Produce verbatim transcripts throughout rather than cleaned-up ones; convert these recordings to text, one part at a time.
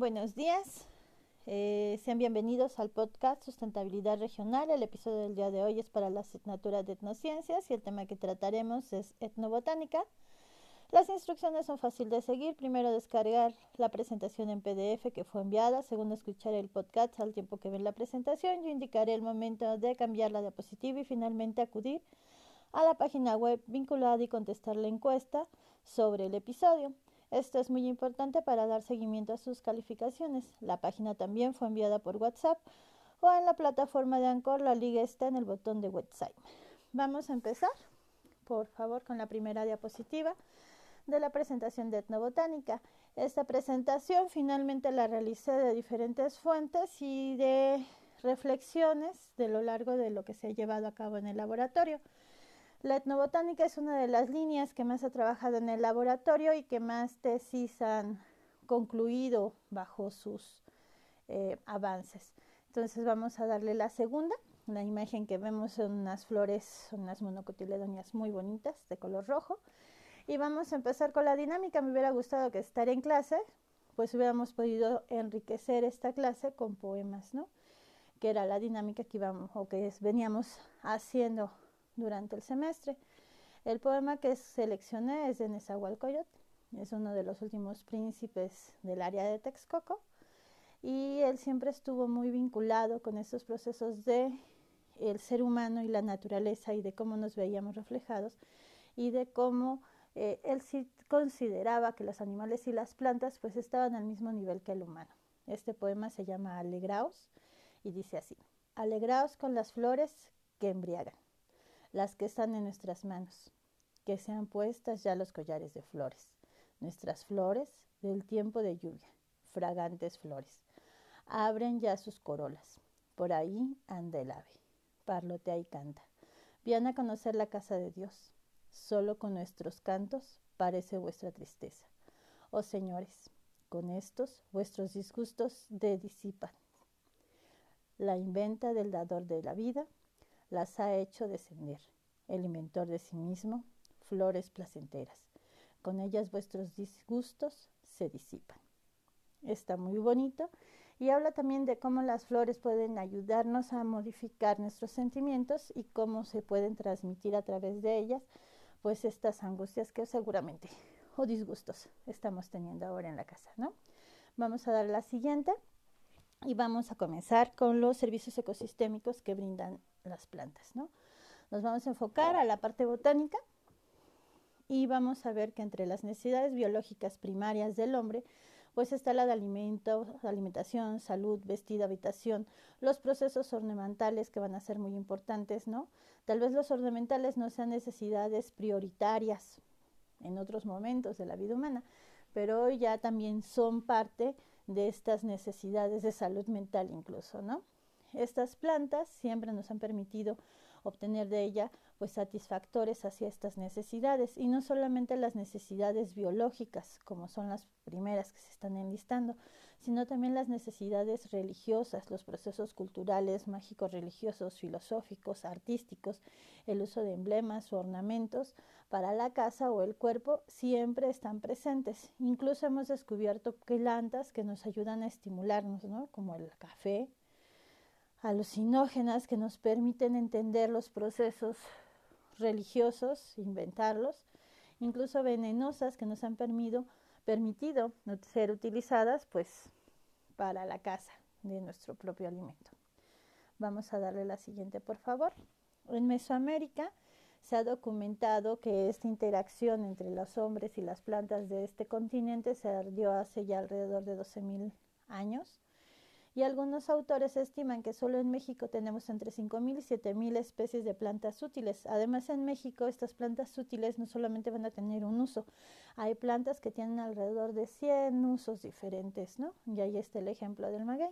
buenos días. Eh, sean bienvenidos al podcast Sustentabilidad Regional. El episodio del día de hoy es para la asignatura de Etnociencias y el tema que trataremos es etnobotánica. Las instrucciones son fáciles de seguir. Primero, descargar la presentación en P D F que fue enviada. Segundo, escuchar el podcast al tiempo que ven la presentación. Yo indicaré el momento de cambiar la diapositiva y finalmente acudir a la página web vinculada y contestar la encuesta sobre el episodio. Esto es muy importante para dar seguimiento a sus calificaciones. La página también fue enviada por WhatsApp o en la plataforma de Anchor. La liga está en el botón de website. Vamos a empezar, por favor, con la primera diapositiva de la presentación de etnobotánica. Esta presentación finalmente la realicé de diferentes fuentes y de reflexiones de lo largo de lo que se ha llevado a cabo en el laboratorio. La etnobotánica es una de las líneas que más ha trabajado en el laboratorio y que más tesis han concluido bajo sus eh, avances. Entonces vamos a darle la segunda. La imagen que vemos son unas flores, son unas monocotiledonias muy bonitas de color rojo. Y vamos a empezar con la dinámica. Me hubiera gustado que estar en clase, pues hubiéramos podido enriquecer esta clase con poemas, ¿no? Que era la dinámica que íbamos o que es, veníamos haciendo durante el semestre. El poema que seleccioné es de Nezahualcóyotl, es uno de los últimos príncipes del área de Texcoco y él siempre estuvo muy vinculado con estos procesos de el ser humano y la naturaleza y de cómo nos veíamos reflejados y de cómo eh, él sí consideraba que los animales y las plantas pues estaban al mismo nivel que el humano. Este poema se llama Alegraos y dice así: alegraos con las flores que embriagan, las que están en nuestras manos, que sean puestas ya los collares de flores, nuestras flores del tiempo de lluvia, fragantes flores, abren ya sus corolas, por ahí anda el ave, parlotea y canta, viene a conocer la casa de Dios, solo con nuestros cantos parece vuestra tristeza. Oh señores, con estos vuestros disgustos de disipan. La inventa del dador de la vida las ha hecho descender, el inventor de sí mismo, flores placenteras. Con ellas vuestros disgustos se disipan. Está muy bonito y habla también de cómo las flores pueden ayudarnos a modificar nuestros sentimientos y cómo se pueden transmitir a través de ellas pues estas angustias que seguramente o disgustos estamos teniendo ahora en la casa, ¿no? Vamos a dar la siguiente y vamos a comenzar con los servicios ecosistémicos que brindan las plantas, ¿no? Nos vamos a enfocar a la parte botánica y vamos a ver que entre las necesidades biológicas primarias del hombre pues está la de alimento, alimentación, salud, vestido, habitación, los procesos ornamentales que van a ser muy importantes, ¿no? Tal vez los ornamentales no sean necesidades prioritarias en otros momentos de la vida humana, pero hoy ya también son parte de estas necesidades de salud mental incluso, ¿no? Estas plantas siempre nos han permitido obtener de ella pues satisfactores hacia estas necesidades y no solamente las necesidades biológicas como son las primeras que se están enlistando, sino también las necesidades religiosas, los procesos culturales, mágicos, religiosos, filosóficos, artísticos, el uso de emblemas o ornamentos para la casa o el cuerpo siempre están presentes. Incluso hemos descubierto plantas que nos ayudan a estimularnos, ¿no? Como el café, alucinógenas que nos permiten entender los procesos religiosos, inventarlos, incluso venenosas que nos han permitido, permitido ser utilizadas pues para la caza de nuestro propio alimento. Vamos a darle la siguiente, por favor. En Mesoamérica se ha documentado que esta interacción entre los hombres y las plantas de este continente se dio hace ya alrededor de doce mil años. Y algunos autores estiman que solo en México tenemos entre cinco mil y siete mil especies de plantas útiles. Además, en México estas plantas útiles no solamente van a tener un uso, hay plantas que tienen alrededor de cien usos diferentes, ¿no? Y ahí está el ejemplo del maguey.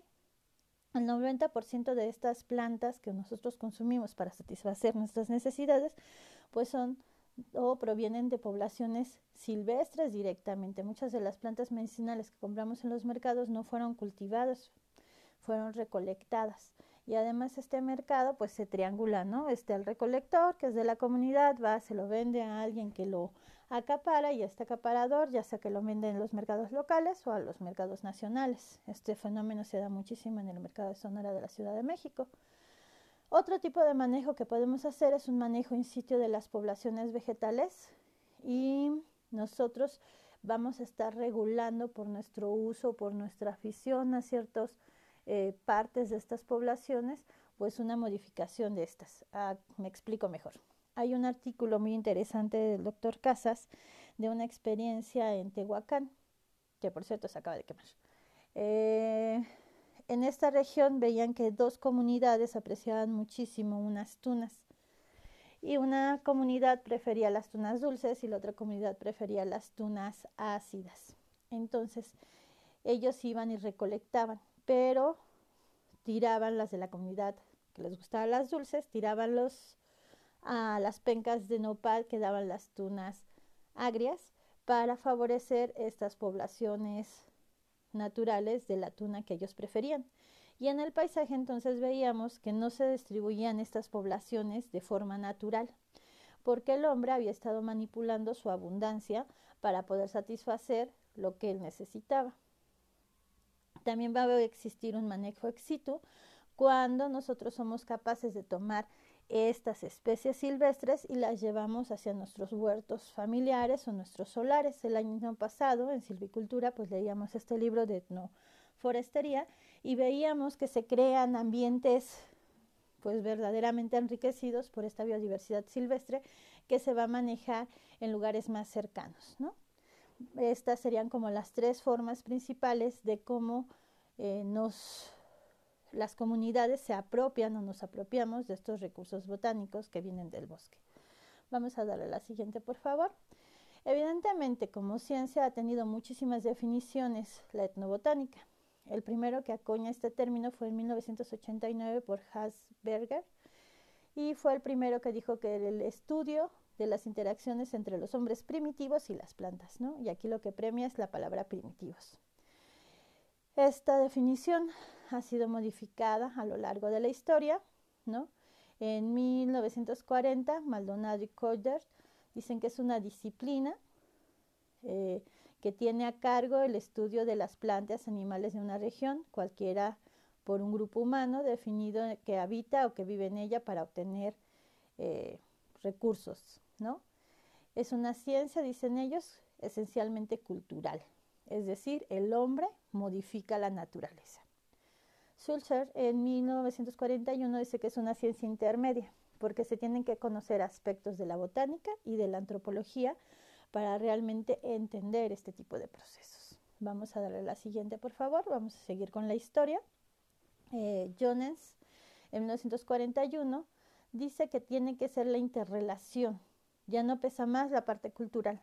El noventa por ciento de estas plantas que nosotros consumimos para satisfacer nuestras necesidades, pues son o provienen de poblaciones silvestres directamente. Muchas de las plantas medicinales que compramos en los mercados no fueron cultivadas, fueron recolectadas y además este mercado pues se triangula, ¿no? Este el recolector que es de la comunidad va, se lo vende a alguien que lo acapara y este acaparador, ya sea que lo venden en los mercados locales o a los mercados nacionales. Este fenómeno se da muchísimo en el mercado de Sonora de la Ciudad de México. Otro tipo de manejo que podemos hacer es un manejo in situ de las poblaciones vegetales y nosotros vamos a estar regulando por nuestro uso, por nuestra afición a ciertas eh, partes de estas poblaciones, pues una modificación de estas. Ah, me explico mejor. Hay un artículo muy interesante del doctor Casas de una experiencia en Tehuacán, que por cierto se acaba de quemar. Eh, en esta región veían que dos comunidades apreciaban muchísimo unas tunas y una comunidad prefería las tunas dulces y la otra comunidad prefería las tunas ácidas. Entonces ellos iban y recolectaban, pero tiraban las de la comunidad que les gustaban las dulces, tiraban los a las pencas de nopal que daban las tunas agrias para favorecer estas poblaciones naturales de la tuna que ellos preferían. Y en el paisaje entonces veíamos que no se distribuían estas poblaciones de forma natural, porque el hombre había estado manipulando su abundancia para poder satisfacer lo que él necesitaba. También va a existir un manejo ex situ cuando nosotros somos capaces de tomar estas especies silvestres y las llevamos hacia nuestros huertos familiares o nuestros solares. El año pasado en silvicultura pues leíamos este libro de etnoforestería y veíamos que se crean ambientes pues verdaderamente enriquecidos por esta biodiversidad silvestre que se va a manejar en lugares más cercanos, ¿no? Estas serían como las tres formas principales de cómo eh, nos las comunidades se apropian o nos apropiamos de estos recursos botánicos que vienen del bosque. Vamos a darle a la siguiente, por favor. Evidentemente, como ciencia ha tenido muchísimas definiciones la etnobotánica. El primero que acuña este término fue en mil novecientos ochenta y nueve por Hans Berger y fue el primero que dijo que era el estudio de las interacciones entre los hombres primitivos y las plantas, ¿no? Y aquí lo que premia es la palabra primitivos. Esta definición ha sido modificada a lo largo de la historia, ¿no? En mil novecientos cuarenta, Maldonado y Coder dicen que es una disciplina eh, que tiene a cargo el estudio de las plantas animales de una región, cualquiera por un grupo humano definido que habita o que vive en ella para obtener eh, recursos, ¿no? Es una ciencia, dicen ellos, esencialmente cultural, es decir, el hombre modifica la naturaleza. Sulzer en mil novecientos cuarenta y uno dice que es una ciencia intermedia, porque se tienen que conocer aspectos de la botánica y de la antropología para realmente entender este tipo de procesos. Vamos a darle la siguiente, por favor. Vamos a seguir con la historia. Eh, Jones, en mil novecientos cuarenta y uno, dice que tiene que ser la interrelación. Ya no pesa más la parte cultural.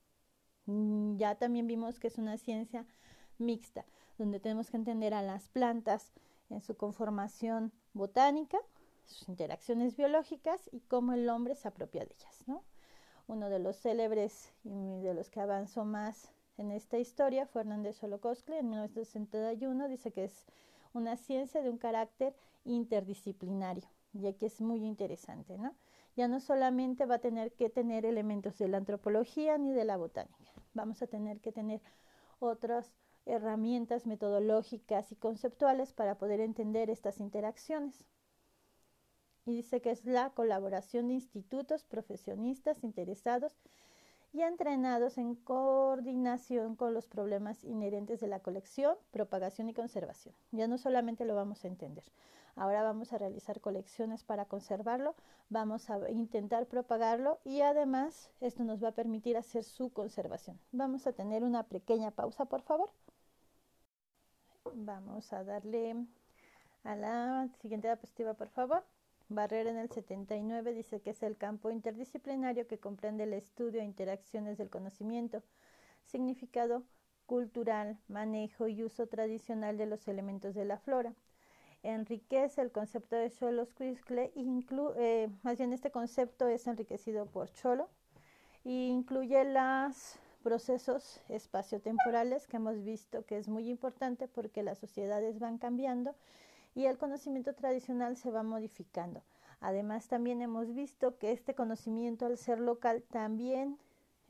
Ya también vimos que es una ciencia mixta, donde tenemos que entender a las plantas en su conformación botánica, sus interacciones biológicas y cómo el hombre se apropia de ellas, ¿no? Uno de los célebres y de los que avanzó más en esta historia fue Hernández Xolocostle en mil novecientos sesenta y uno, dice que es una ciencia de un carácter interdisciplinario, y aquí es muy interesante, ¿no? Ya no solamente va a tener que tener elementos de la antropología ni de la botánica, vamos a tener que tener otras herramientas metodológicas y conceptuales para poder entender estas interacciones. Y dice que es la colaboración de institutos, profesionistas interesados y entrenados en coordinación con los problemas inherentes de la colección, propagación y conservación. Ya no solamente lo vamos a entender, ahora vamos a realizar colecciones para conservarlo, vamos a intentar propagarlo y además esto nos va a permitir hacer su conservación. Vamos a tener una pequeña pausa, por favor. Vamos a darle a la siguiente diapositiva, por favor. Barrera en el setenta y nueve dice que es el campo interdisciplinario que comprende el estudio e interacciones del conocimiento, significado cultural, manejo y uso tradicional de los elementos de la flora. Enriquece el concepto de Xoloscuincle, eh, más bien este concepto es enriquecido por Xolo e incluye los procesos espaciotemporales que hemos visto que es muy importante porque las sociedades van cambiando y el conocimiento tradicional se va modificando. Además, también hemos visto que este conocimiento, al ser local, también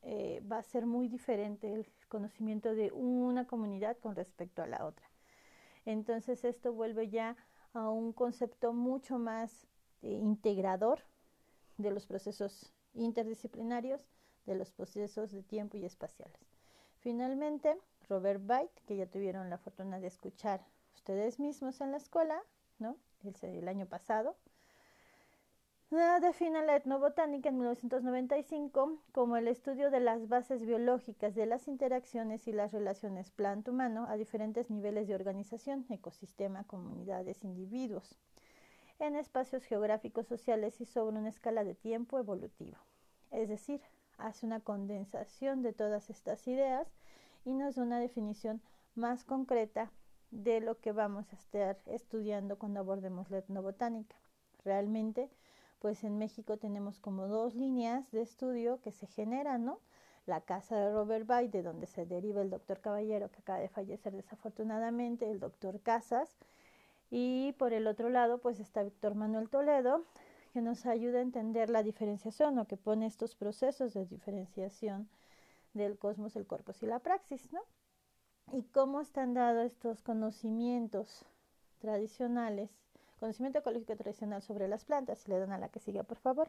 eh, va a ser muy diferente el conocimiento de una comunidad con respecto a la otra. Entonces esto vuelve ya a un concepto mucho más eh, integrador de los procesos interdisciplinarios, de los procesos de tiempo y espaciales. Finalmente, Robert Beit, que ya tuvieron la fortuna de escuchar ustedes mismos en la escuela, ¿no? el, el año pasado, define la etnobotánica en mil novecientos noventa y cinco como el estudio de las bases biológicas de las interacciones y las relaciones planta-humano a diferentes niveles de organización, ecosistema, comunidades, individuos, en espacios geográficos sociales y sobre una escala de tiempo evolutivo. Es decir, hace una condensación de todas estas ideas y nos da una definición más concreta de lo que vamos a estar estudiando cuando abordemos la etnobotánica. Realmente, pues en México tenemos como dos líneas de estudio que se generan, ¿no? La casa de Robert Beit, de donde se deriva el doctor Caballero, que acaba de fallecer desafortunadamente, el doctor Casas, y por el otro lado, pues está Víctor Manuel Toledo, que nos ayuda a entender la diferenciación o que pone estos procesos de diferenciación del cosmos, el corpus y la praxis, ¿no? Y cómo están dados estos conocimientos tradicionales, conocimiento ecológico tradicional sobre las plantas, si le dan a la que siga, por favor,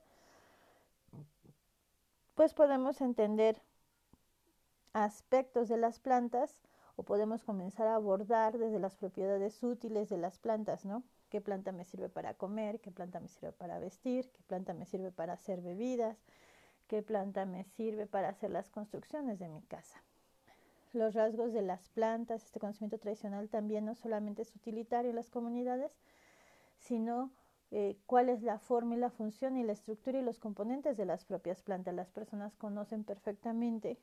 pues podemos entender aspectos de las plantas o podemos comenzar a abordar desde las propiedades útiles de las plantas, ¿no? ¿Qué planta me sirve para comer? ¿Qué planta me sirve para vestir? ¿Qué planta me sirve para hacer bebidas? ¿Qué planta me sirve para hacer las construcciones de mi casa? Los rasgos de las plantas, este conocimiento tradicional también no solamente es utilitario en las comunidades, sino eh, cuál es la forma y la función y la estructura y los componentes de las propias plantas. Las personas conocen perfectamente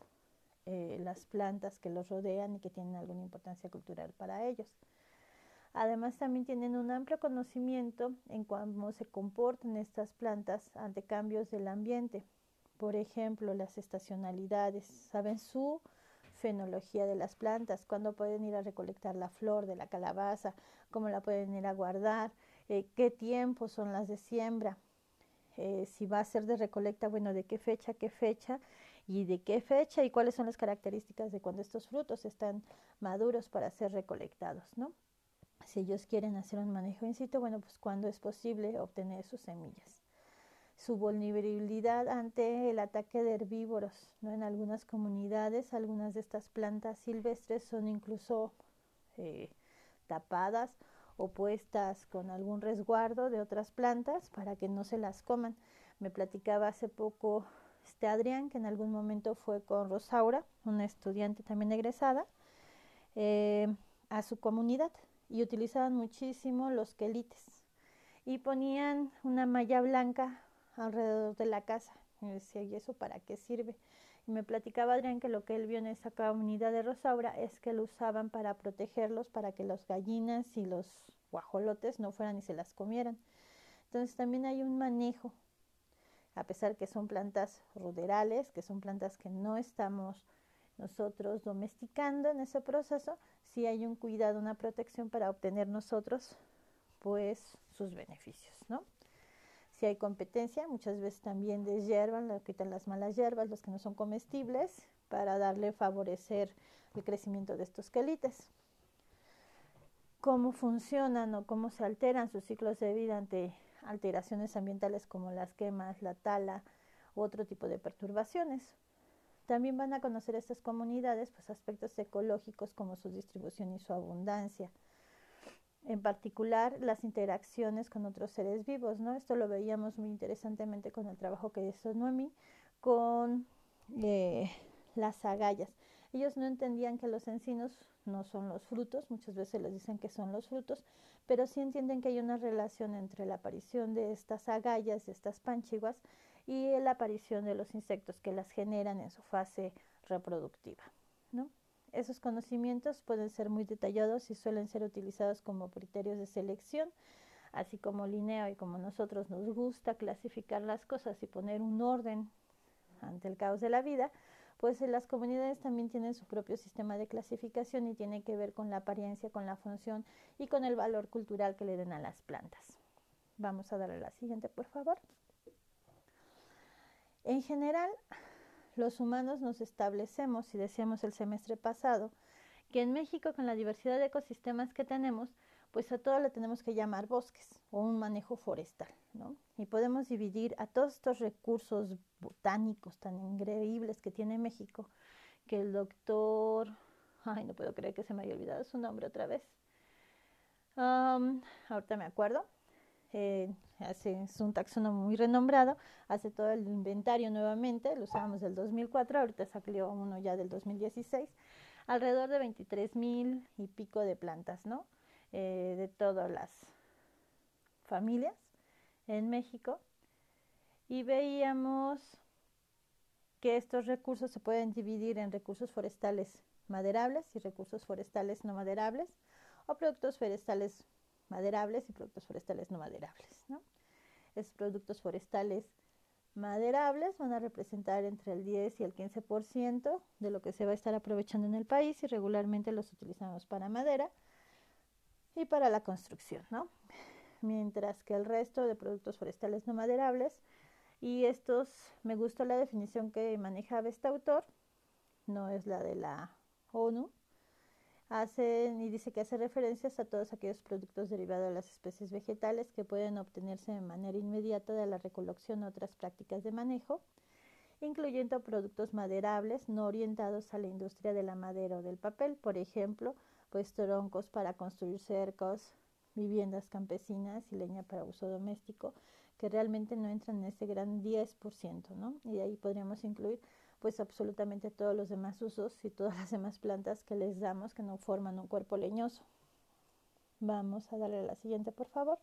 eh, las plantas que los rodean y que tienen alguna importancia cultural para ellos. Además, también tienen un amplio conocimiento en cómo se comportan estas plantas ante cambios del ambiente. Por ejemplo, las estacionalidades, saben su fenología de las plantas, cuándo pueden ir a recolectar la flor de la calabaza, cómo la pueden ir a guardar, eh, qué tiempos son las de siembra, eh, si va a ser de recolecta, bueno, de qué fecha, qué fecha y de qué fecha y cuáles son las características de cuando estos frutos están maduros para ser recolectados, ¿no? Si ellos quieren hacer un manejo in situ, bueno, pues cuándo es posible obtener sus semillas. Su vulnerabilidad ante el ataque de herbívoros, ¿no? En algunas comunidades, algunas de estas plantas silvestres son incluso eh, tapadas o puestas con algún resguardo de otras plantas para que no se las coman. Me platicaba hace poco este Adrián, que en algún momento fue con Rosaura, una estudiante también egresada, eh, a su comunidad y utilizaban muchísimo los quelites y ponían una malla blanca alrededor de la casa. Y decía, ¿y eso para qué sirve? Y me platicaba Adrián que lo que él vio en esa comunidad de Rosaura es que lo usaban para protegerlos, para que las gallinas y los guajolotes no fueran y se las comieran. Entonces también hay un manejo, a pesar que son plantas ruderales, que son plantas que no estamos nosotros domesticando en ese proceso, sí hay un cuidado, una protección para obtener nosotros pues sus beneficios, ¿no? Si hay competencia, muchas veces también deshiervan, le quitan las malas hierbas, los que no son comestibles, para darle favorecer el crecimiento de estos quelites. ¿Cómo funcionan o cómo se alteran sus ciclos de vida ante alteraciones ambientales como las quemas, la tala u otro tipo de perturbaciones? También van a conocer estas comunidades pues, aspectos ecológicos como su distribución y su abundancia. En particular, las interacciones con otros seres vivos, ¿no? Esto lo veíamos muy interesantemente con el trabajo que hizo Noemí con eh, las agallas. Ellos no entendían que los encinos no son los frutos, muchas veces les dicen que son los frutos, pero sí entienden que hay una relación entre la aparición de estas agallas, de estas panchiguas, y la aparición de los insectos que las generan en su fase reproductiva, ¿no? Esos conocimientos pueden ser muy detallados y suelen ser utilizados como criterios de selección, así como Linneo y como nosotros nos gusta clasificar las cosas y poner un orden ante el caos de la vida, pues las comunidades también tienen su propio sistema de clasificación y tiene que ver con la apariencia, con la función y con el valor cultural que le den a las plantas. Vamos a darle a la siguiente, por favor. En general, los humanos nos establecemos, y decíamos el semestre pasado, que en México, con la diversidad de ecosistemas que tenemos, pues a todo le tenemos que llamar bosques o un manejo forestal, ¿no? Y podemos dividir a todos estos recursos botánicos tan increíbles que tiene México, que el doctor, ay, no puedo creer que se me haya olvidado su nombre otra vez, um, ahorita me acuerdo, eh, hace, es un taxónomo muy renombrado, hace todo el inventario nuevamente, lo usábamos del dos mil cuatro, ahorita salió uno ya del dos mil dieciséis, alrededor de veintitrés mil y pico de plantas, ¿no? Eh, de todas las familias en México, y veíamos que estos recursos se pueden dividir en recursos forestales maderables y recursos forestales no maderables, o productos forestales maderables y productos forestales no maderables, ¿no? Estos productos forestales maderables van a representar entre el diez y el quince por ciento de lo que se va a estar aprovechando en el país, y regularmente los utilizamos para madera y para la construcción, ¿no? Mientras que el resto de productos forestales no maderables, y estos, me gustó la definición que manejaba este autor, no es la de la ONU, hacen y dice que hace referencias a todos aquellos productos derivados de las especies vegetales que pueden obtenerse de manera inmediata de la recolección u otras prácticas de manejo, incluyendo productos maderables no orientados a la industria de la madera o del papel, por ejemplo, pues troncos para construir cercos, viviendas campesinas y leña para uso doméstico, que realmente no entran en ese gran diez por ciento, ¿no? Y de ahí podríamos incluir pues absolutamente todos los demás usos y todas las demás plantas que les damos que no forman un cuerpo leñoso. Vamos a darle a la siguiente, por favor.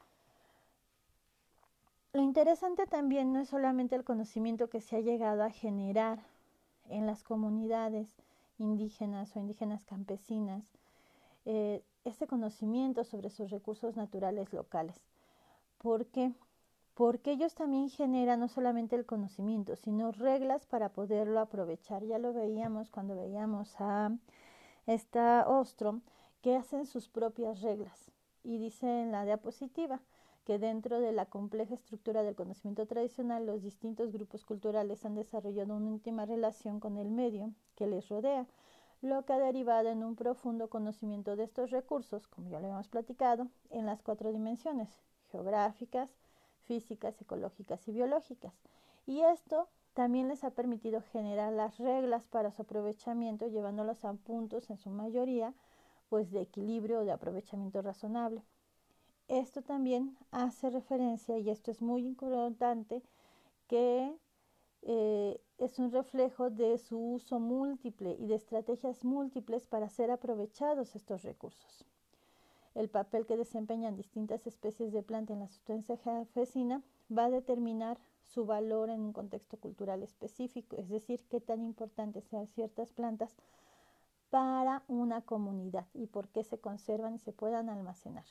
Lo interesante también no es solamente el conocimiento que se ha llegado a generar en las comunidades indígenas o indígenas campesinas, eh, este conocimiento sobre sus recursos naturales locales. ¿Por qué? Porque ellos también generan no solamente el conocimiento, sino reglas para poderlo aprovechar. Ya lo veíamos cuando veíamos a esta Ostrom, que hacen sus propias reglas, y dice en la diapositiva que dentro de la compleja estructura del conocimiento tradicional, los distintos grupos culturales han desarrollado una íntima relación con el medio que les rodea, lo que ha derivado en un profundo conocimiento de estos recursos, como ya lo habíamos platicado, en las cuatro dimensiones: geográficas, físicas, ecológicas y biológicas. Y esto también les ha permitido generar las reglas para su aprovechamiento, llevándolos a puntos, en su mayoría, pues de equilibrio o de aprovechamiento razonable. Esto también hace referencia, y esto es muy importante, que eh, es un reflejo de su uso múltiple y de estrategias múltiples para ser aprovechados estos recursos. El papel que desempeñan distintas especies de planta en la sustancia campesina va a determinar su valor en un contexto cultural específico, es decir, qué tan importantes sean ciertas plantas para una comunidad y por qué se conservan y se puedan almacenar.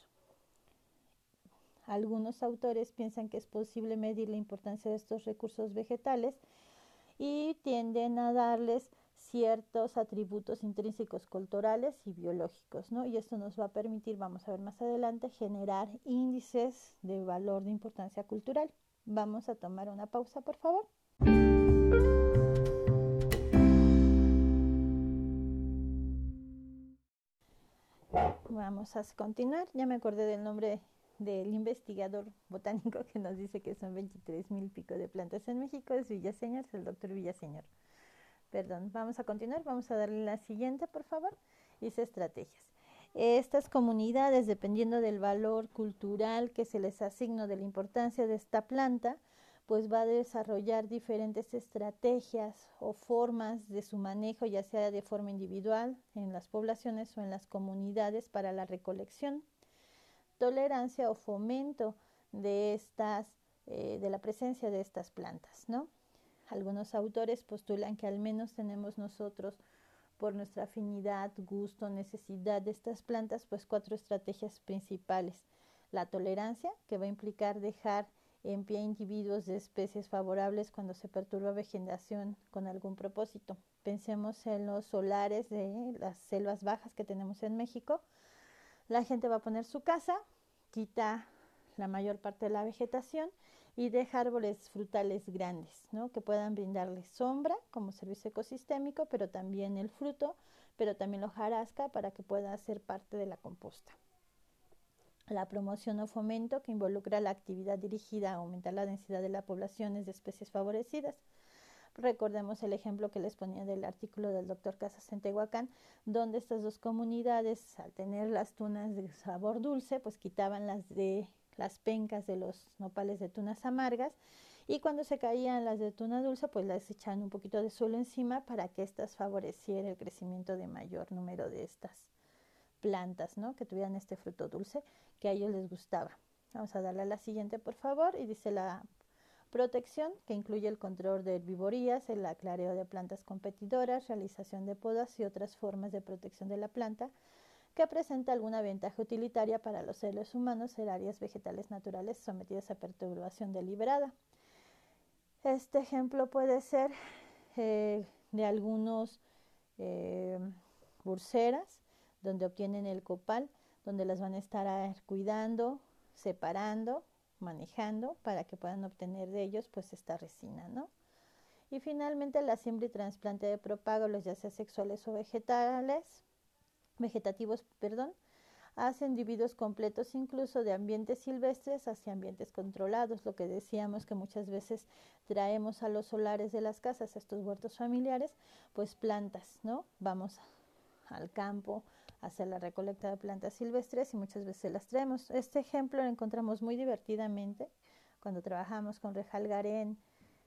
Algunos autores piensan que es posible medir la importancia de estos recursos vegetales y tienden a darles ciertos atributos intrínsecos culturales y biológicos, ¿no? Y esto nos va a permitir, vamos a ver más adelante, generar índices de valor de importancia cultural. Vamos a tomar una pausa, por favor. Vamos a continuar. Ya me acordé del nombre del investigador botánico que nos dice que son veintitrés mil pico de plantas en México. Es Villaseñor, es el doctor Villaseñor. Perdón, vamos a continuar. Vamos a darle la siguiente, por favor. Dice estrategias. Estas comunidades, dependiendo del valor cultural que se les asigne, de la importancia de esta planta, pues va a desarrollar diferentes estrategias o formas de su manejo, ya sea de forma individual en las poblaciones o en las comunidades, para la recolección, tolerancia o fomento de estas, eh, de la presencia de estas plantas, ¿no? Algunos autores postulan que al menos tenemos nosotros, por nuestra afinidad, gusto, necesidad de estas plantas, pues cuatro estrategias principales. La tolerancia, que va a implicar dejar en pie individuos de especies favorables cuando se perturba vegetación con algún propósito. Pensemos en los solares de las selvas bajas que tenemos en México. La gente va a poner su casa, quita la mayor parte de la vegetación y deja árboles frutales grandes, ¿no? Que puedan brindarles sombra como servicio ecosistémico, pero también el fruto, pero también la hojarasca para que pueda ser parte de la composta. La promoción o fomento que involucra la actividad dirigida a aumentar la densidad de las poblaciones de especies favorecidas. Recordemos el ejemplo que les ponía del artículo del doctor Casas en Tehuacán, donde estas dos comunidades, al tener las tunas de sabor dulce, pues quitaban las de las pencas de los nopales de tunas amargas, y cuando se caían las de tuna dulce, pues las echaban un poquito de suelo encima para que éstas favoreciera el crecimiento de mayor número de estas plantas, ¿no? Que tuvieran este fruto dulce que a ellos les gustaba. Vamos a darle a la siguiente, por favor, y dice la protección, que incluye el control de herbivorías, el aclareo de plantas competidoras, realización de podas y otras formas de protección de la planta, que presenta alguna ventaja utilitaria para los seres humanos en áreas vegetales naturales sometidas a perturbación deliberada. Este ejemplo puede ser eh, de algunos eh, burseras, donde obtienen el copal, donde las van a estar cuidando, separando, manejando para que puedan obtener de ellos pues esta resina, ¿no? Y finalmente la siembra y trasplante de propágulos, ya sea sexuales o vegetales, vegetativos, perdón, hacia individuos completos incluso de ambientes silvestres hacia ambientes controlados, lo que decíamos que muchas veces traemos a los solares de las casas, a estos huertos familiares, pues plantas, ¿no? Vamos al campo a hacer la recolecta de plantas silvestres y muchas veces las traemos. Este ejemplo lo encontramos muy divertidamente cuando trabajamos con rejalgar en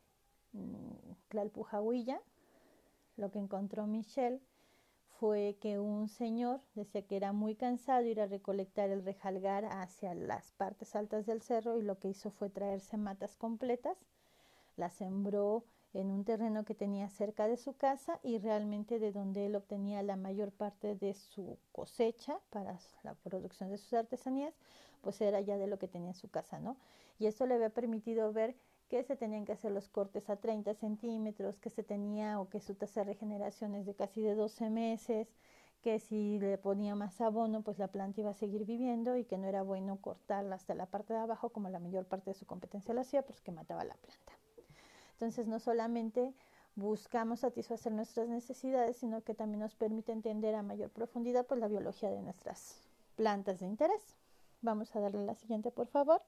Tlalpujahuilla. Lo que encontró Michelle fue que un señor decía que era muy cansado ir a recolectar el rejalgar hacia las partes altas del cerro, y lo que hizo fue traerse matas completas, las sembró en un terreno que tenía cerca de su casa, y realmente de donde él obtenía la mayor parte de su cosecha para la producción de sus artesanías, pues era ya de lo que tenía en su casa, ¿no? Y esto le había permitido ver que se tenían que hacer los cortes a treinta centímetros, que se tenía o que su tasa de regeneración es de casi de doce meses, que si le ponía más abono, pues la planta iba a seguir viviendo, y que no era bueno cortarla hasta la parte de abajo como la mayor parte de su competencia lo hacía, pues que mataba la planta. Entonces no solamente buscamos satisfacer nuestras necesidades, sino que también nos permite entender a mayor profundidad pues la biología de nuestras plantas de interés. Vamos a darle la siguiente, por favor.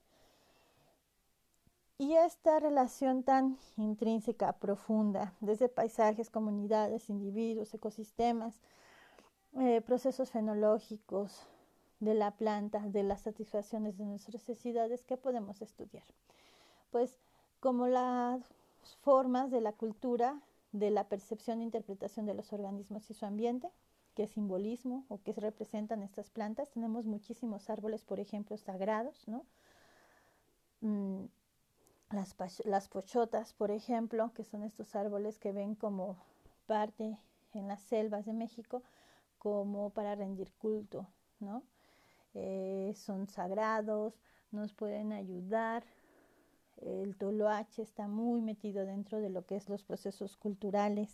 Y esta relación tan intrínseca, profunda, desde paisajes, comunidades, individuos, ecosistemas, eh, procesos fenológicos de la planta, de las satisfacciones de nuestras necesidades, ¿qué podemos estudiar? Pues como las formas de la cultura, de la percepción e interpretación de los organismos y su ambiente, qué simbolismo o qué representan estas plantas. Tenemos muchísimos árboles, por ejemplo, sagrados, ¿no? Mm, Las, las pochotas, por ejemplo, que son estos árboles que ven como parte en las selvas de México como para rendir culto, ¿no? Eh, son sagrados, nos pueden ayudar. El toloache está muy metido dentro de lo que es los procesos culturales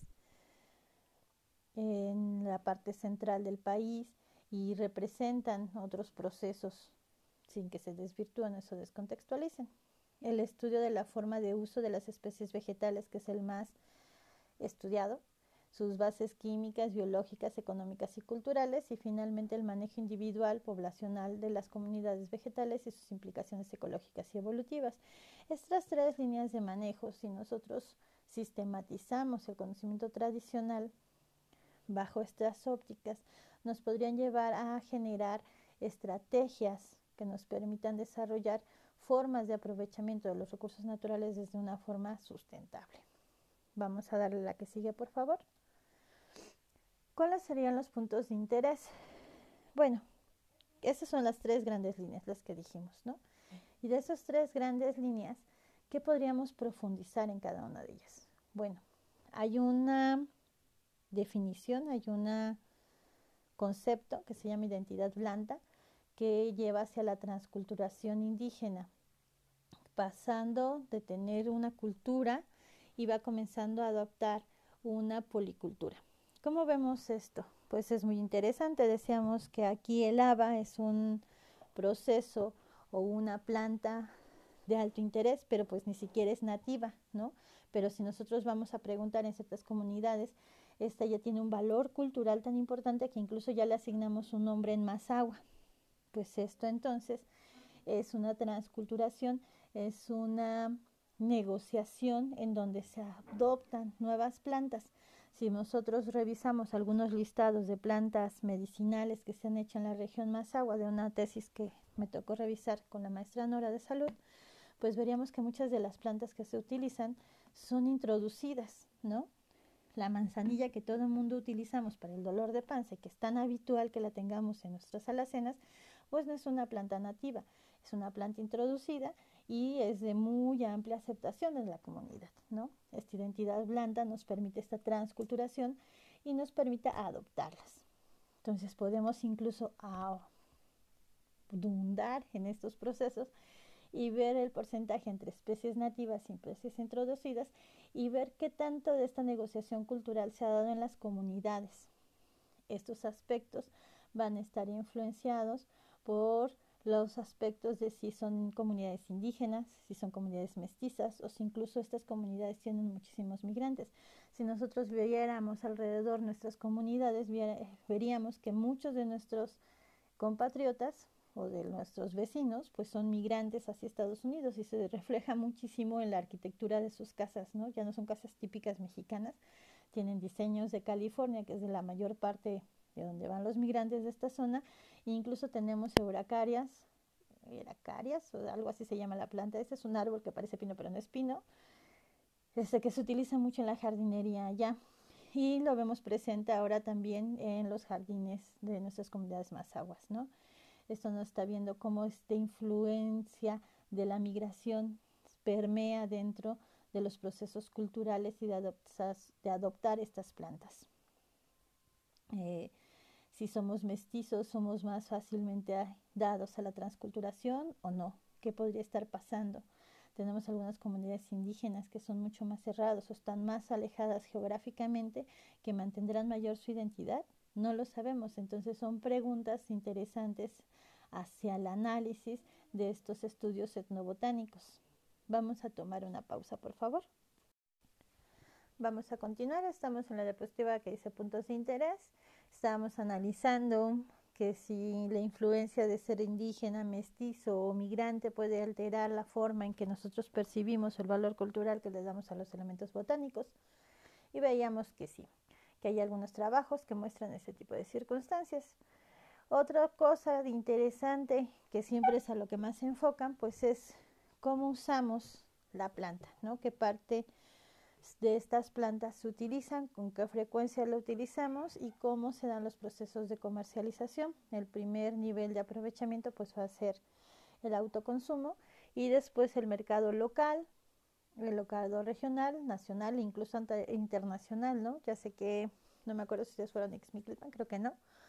en la parte central del país, y representan otros procesos sin que se desvirtúen o se descontextualicen. El estudio de la forma de uso de las especies vegetales, que es el más estudiado, sus bases químicas, biológicas, económicas y culturales, y finalmente el manejo individual, poblacional de las comunidades vegetales y sus implicaciones ecológicas y evolutivas. Estas tres líneas de manejo, si nosotros sistematizamos el conocimiento tradicional bajo estas ópticas, nos podrían llevar a generar estrategias que nos permitan desarrollar formas de aprovechamiento de los recursos naturales desde una forma sustentable. Vamos a darle la que sigue, por favor. ¿Cuáles serían los puntos de interés? Bueno, esas son las tres grandes líneas, las que dijimos, ¿no? Y de esas tres grandes líneas, ¿qué podríamos profundizar en cada una de ellas? Bueno, hay una definición, hay un concepto que se llama identidad blanda, que lleva hacia la transculturación indígena, pasando de tener una cultura y va comenzando a adoptar una policultura. ¿Cómo vemos esto? Pues es muy interesante. Decíamos que aquí el haba es un proceso o una planta de alto interés, pero pues ni siquiera es nativa, ¿no? Pero si nosotros vamos a preguntar en ciertas comunidades, esta ya tiene un valor cultural tan importante que incluso ya le asignamos un nombre en Mazahua. Pues esto entonces es una transculturación, es una negociación en donde se adoptan nuevas plantas. Si nosotros revisamos algunos listados de plantas medicinales que se han hecho en la región Mazahua, de una tesis que me tocó revisar con la maestra Nora de Salud, pues veríamos que muchas de las plantas que se utilizan son introducidas, ¿no? La manzanilla que todo el mundo utilizamos para el dolor de panza y que es tan habitual que la tengamos en nuestras alacenas, pues no es una planta nativa, es una planta introducida y es de muy amplia aceptación en la comunidad, ¿no? Esta identidad blanda nos permite esta transculturación y nos permite adoptarlas. Entonces podemos incluso abundar en estos procesos y ver el porcentaje entre especies nativas y especies introducidas y ver qué tanto de esta negociación cultural se ha dado en las comunidades. Estos aspectos van a estar influenciados por los aspectos de si son comunidades indígenas, si son comunidades mestizas o si incluso estas comunidades tienen muchísimos migrantes. Si nosotros viéramos alrededor nuestras comunidades, veríamos que muchos de nuestros compatriotas o de nuestros vecinos, pues son migrantes hacia Estados Unidos y se refleja muchísimo en la arquitectura de sus casas, ¿no? Ya no son casas típicas mexicanas, tienen diseños de California, que es de la mayor parte de donde van los migrantes de esta zona, e incluso tenemos euracarias, euracarias o algo así se llama la planta. Este es un árbol que parece pino pero no es pino, este que se utiliza mucho en la jardinería allá. Y lo vemos presente ahora también en los jardines de nuestras comunidades mazahuas, ¿no? Esto nos está viendo cómo esta influencia de la migración permea dentro de los procesos culturales y de, adoptar, de adoptar estas plantas. Eh, si somos mestizos, somos más fácilmente dados a la transculturación o no. ¿Qué podría estar pasando? Tenemos algunas comunidades indígenas que son mucho más cerradas o están más alejadas geográficamente, que mantendrán mayor su identidad. No lo sabemos, entonces son preguntas interesantes hacia el análisis de estos estudios etnobotánicos. Vamos a tomar una pausa, por favor. Vamos a continuar, estamos en la diapositiva que dice puntos de interés. Estamos analizando que si la influencia de ser indígena, mestizo o migrante puede alterar la forma en que nosotros percibimos el valor cultural que le damos a los elementos botánicos. Y veíamos que sí, que hay algunos trabajos que muestran ese tipo de circunstancias. Otra cosa de interesante, que siempre es a lo que más se enfocan, pues es cómo usamos la planta, ¿no? ¿Qué parte de estas plantas se utilizan, con qué frecuencia la utilizamos y cómo se dan los procesos de comercialización? El primer nivel de aprovechamiento pues va a ser el autoconsumo y después el mercado local, el mercado regional, nacional e incluso internacional, ¿no? Ya sé que, no me acuerdo si ustedes fueron a Ixmiquilpan, creo que no.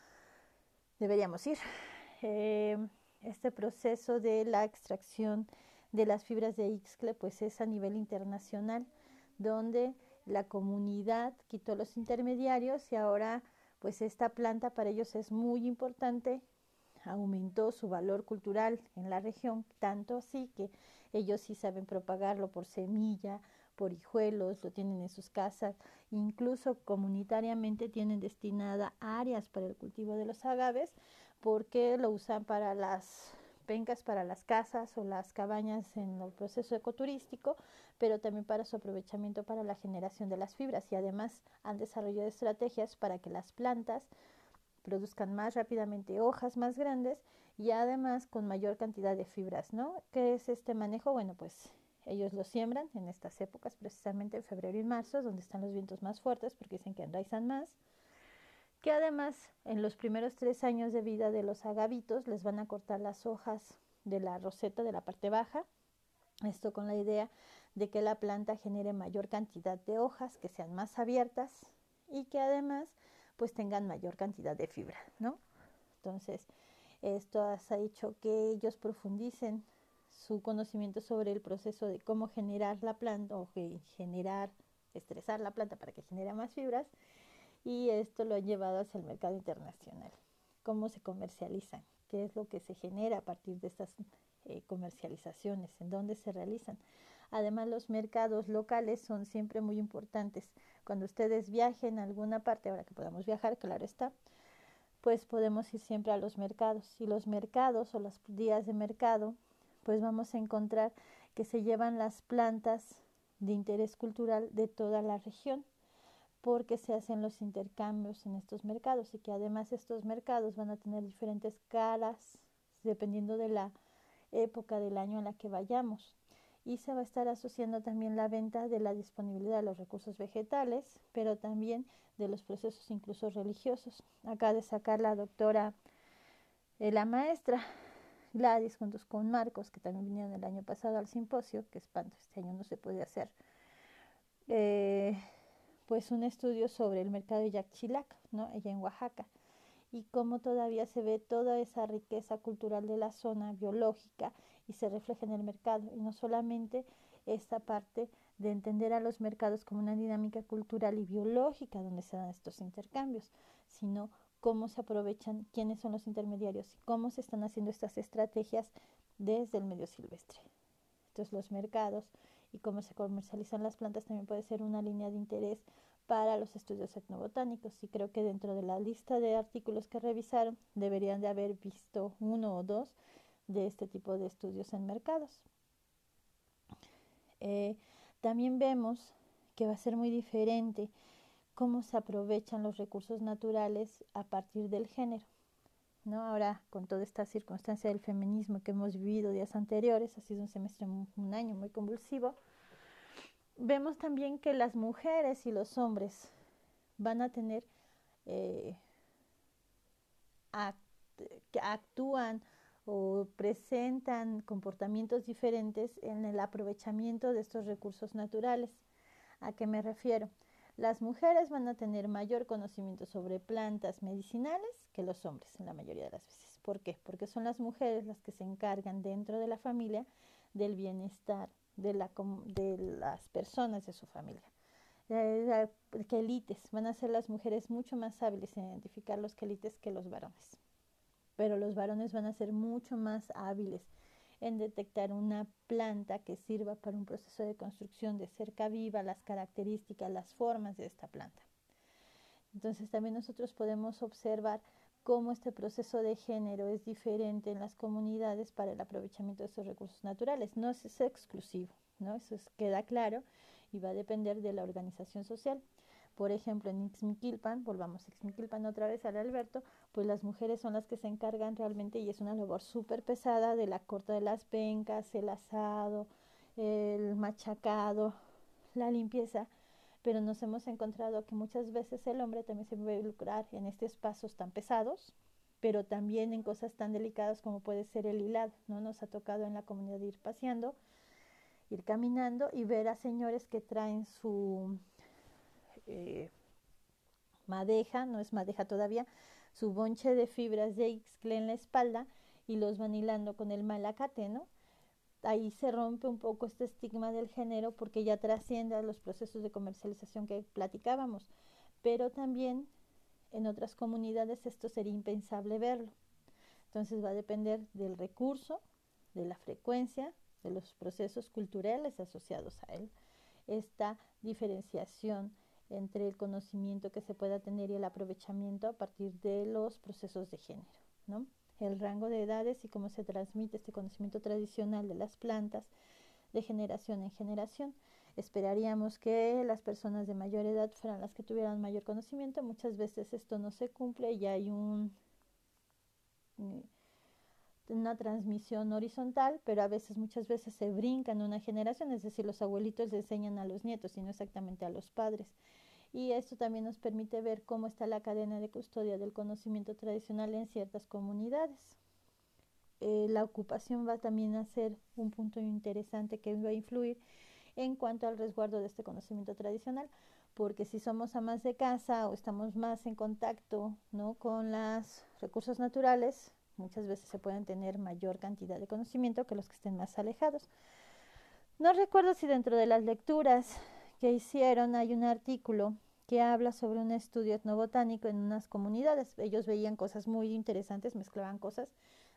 Deberíamos ir. Eh, este proceso de la extracción de las fibras de Ixtle pues es a nivel internacional, donde la comunidad quitó los intermediarios y ahora pues esta planta para ellos es muy importante, aumentó su valor cultural en la región, tanto así que ellos sí saben propagarlo por semilla, por hijuelos, lo tienen en sus casas, incluso comunitariamente tienen destinada áreas para el cultivo de los agaves, porque lo usan para las pencas, para las casas o las cabañas en el proceso ecoturístico, pero también para su aprovechamiento para la generación de las fibras, y además han desarrollado estrategias para que las plantas produzcan más rápidamente hojas más grandes y además con mayor cantidad de fibras, ¿no? ¿Qué es este manejo? Bueno, pues ellos lo siembran en estas épocas, precisamente en febrero y marzo, donde están los vientos más fuertes, porque dicen que enraizan más, que además en los primeros tres años de vida de los agavitos les van a cortar las hojas de la roseta de la parte baja, esto con la idea de que la planta genere mayor cantidad de hojas, que sean más abiertas y que además pues tengan mayor cantidad de fibra, ¿no? Entonces, esto ha hecho que ellos profundicen su conocimiento sobre el proceso de cómo generar la planta o generar, estresar la planta para que genere más fibras, y esto lo han llevado hacia el mercado internacional. ¿Cómo se comercializan? ¿Qué es lo que se genera a partir de estas eh, comercializaciones, en dónde se realizan. Además, los mercados locales son siempre muy importantes. Cuando ustedes viajen a alguna parte, ahora que podamos viajar, claro está, pues podemos ir siempre a los mercados. Y los mercados o los días de mercado, pues vamos a encontrar que se llevan las plantas de interés cultural de toda la región, porque se hacen los intercambios en estos mercados y que además estos mercados van a tener diferentes caras dependiendo de la época del año en la que vayamos. Y se va a estar asociando también la venta de la disponibilidad de los recursos vegetales, pero también de los procesos incluso religiosos. Acá de sacar la doctora, eh, la maestra Gladys, juntos con Marcos, que también vinieron el año pasado al simposio, que espanto, este año no se puede hacer, eh, pues un estudio sobre el mercado de Yaxchilac, ¿no? Allá en Oaxaca, y cómo todavía se ve toda esa riqueza cultural de la zona biológica y se refleja en el mercado, y no solamente esta parte de entender a los mercados como una dinámica cultural y biológica donde se dan estos intercambios, sino cómo se aprovechan, quiénes son los intermediarios y cómo se están haciendo estas estrategias desde el medio silvestre. Entonces los mercados y cómo se comercializan las plantas también puede ser una línea de interés para los estudios etnobotánicos, y creo que dentro de la lista de artículos que revisaron deberían de haber visto uno o dos de este tipo de estudios en mercados. Eh, también vemos que va a ser muy diferente cómo se aprovechan los recursos naturales a partir del género, ¿no? Ahora, con toda esta circunstancia del feminismo que hemos vivido días anteriores, ha sido un semestre, un año muy convulsivo, vemos también que las mujeres y los hombres van a tener, eh, act que actúan o presentan comportamientos diferentes en el aprovechamiento de estos recursos naturales. ¿A qué me refiero? Las mujeres van a tener mayor conocimiento sobre plantas medicinales que los hombres en la mayoría de las veces. ¿Por qué? Porque son las mujeres las que se encargan dentro de la familia del bienestar de, la, de las personas de su familia. Eh, quelites, van a ser las mujeres mucho más hábiles en identificar los quelites que los varones. Pero los varones van a ser mucho más hábiles en detectar una planta que sirva para un proceso de construcción de cerca viva, las características, las formas de esta planta. Entonces también nosotros podemos observar cómo este proceso de género es diferente en las comunidades para el aprovechamiento de estos recursos naturales. No es exclusivo, ¿no? Eso es, queda claro, y va a depender de la organización social. Por ejemplo, en Ixmiquilpan, volvamos a Ixmiquilpan otra vez al Alberto, pues las mujeres son las que se encargan realmente, y es una labor súper pesada, de la corta de las pencas, el asado, el machacado, la limpieza, pero nos hemos encontrado que muchas veces el hombre también se puede involucrar en estos pasos tan pesados, pero también en cosas tan delicadas como puede ser el hilado, ¿no? Nos ha tocado en la comunidad ir paseando, ir caminando y ver a señores que traen su Eh, madeja, no es madeja todavía, su bonche de fibras de ixcle en la espalda, y los van hilando con el malacate, ¿no? Ahí se rompe un poco este estigma del género porque ya trasciende a los procesos de comercialización que platicábamos, pero también en otras comunidades esto sería impensable verlo. Entonces va a depender del recurso, de la frecuencia, de los procesos culturales asociados a él, esta diferenciación entre el conocimiento que se pueda tener y el aprovechamiento a partir de los procesos de género, ¿no? El rango de edades y cómo se transmite este conocimiento tradicional de las plantas de generación en generación. Esperaríamos que las personas de mayor edad fueran las que tuvieran mayor conocimiento. Muchas veces esto no se cumple y hay un, una transmisión horizontal, pero a veces, muchas veces se brincan una generación, es decir, los abuelitos le enseñan a los nietos y no exactamente a los padres. Y esto también nos permite ver cómo está la cadena de custodia del conocimiento tradicional en ciertas comunidades. Eh, la ocupación va también a ser un punto interesante que va a influir en cuanto al resguardo de este conocimiento tradicional, porque si somos amas de casa o estamos más en contacto, ¿no?, con los recursos naturales, muchas veces se pueden tener mayor cantidad de conocimiento que los que estén más alejados. No recuerdo si dentro de las lecturas que hicieron hay un artículo que habla sobre un estudio etnobotánico en unas comunidades. Ellos veían cosas muy interesantes, mezclaban cosas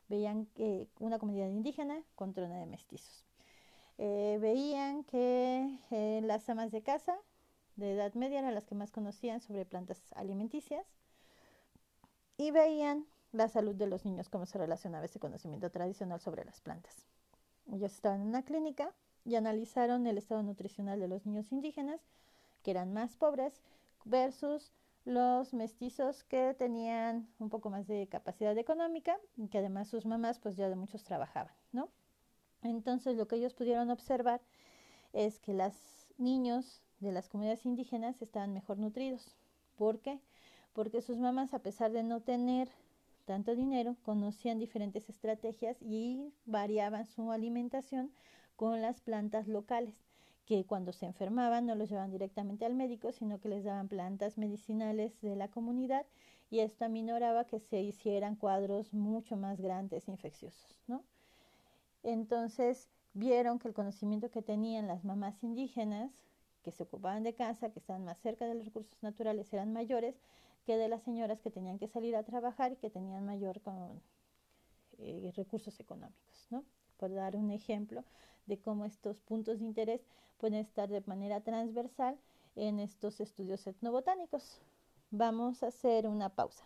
Veían que una comunidad indígena contra una de mestizos. Eh, veían que eh, las amas de casa de edad media eran las que más conocían sobre plantas alimenticias y veían la salud de los niños, cómo se relacionaba ese conocimiento tradicional sobre las plantas. Ellos estaban en una clínica y analizaron el estado nutricional de los niños indígenas, que eran más pobres, versus los mestizos que tenían un poco más de capacidad económica y que además sus mamás pues ya de muchos trabajaban, ¿no? Entonces lo que ellos pudieron observar es que los niños de las comunidades indígenas estaban mejor nutridos. ¿Por qué? Porque sus mamás, a pesar de no tener tanto dinero, conocían diferentes estrategias y variaban su alimentación con las plantas locales, que cuando se enfermaban no los llevaban directamente al médico, sino que les daban plantas medicinales de la comunidad, y esto aminoraba que se hicieran cuadros mucho más grandes infecciosos, ¿no? Entonces vieron que el conocimiento que tenían las mamás indígenas, que se ocupaban de casa, que estaban más cerca de los recursos naturales, eran mayores que de las señoras que tenían que salir a trabajar y que tenían mayor con, eh, recursos económicos, ¿no? Por dar un ejemplo de cómo estos puntos de interés pueden estar de manera transversal en estos estudios etnobotánicos. Vamos a hacer una pausa.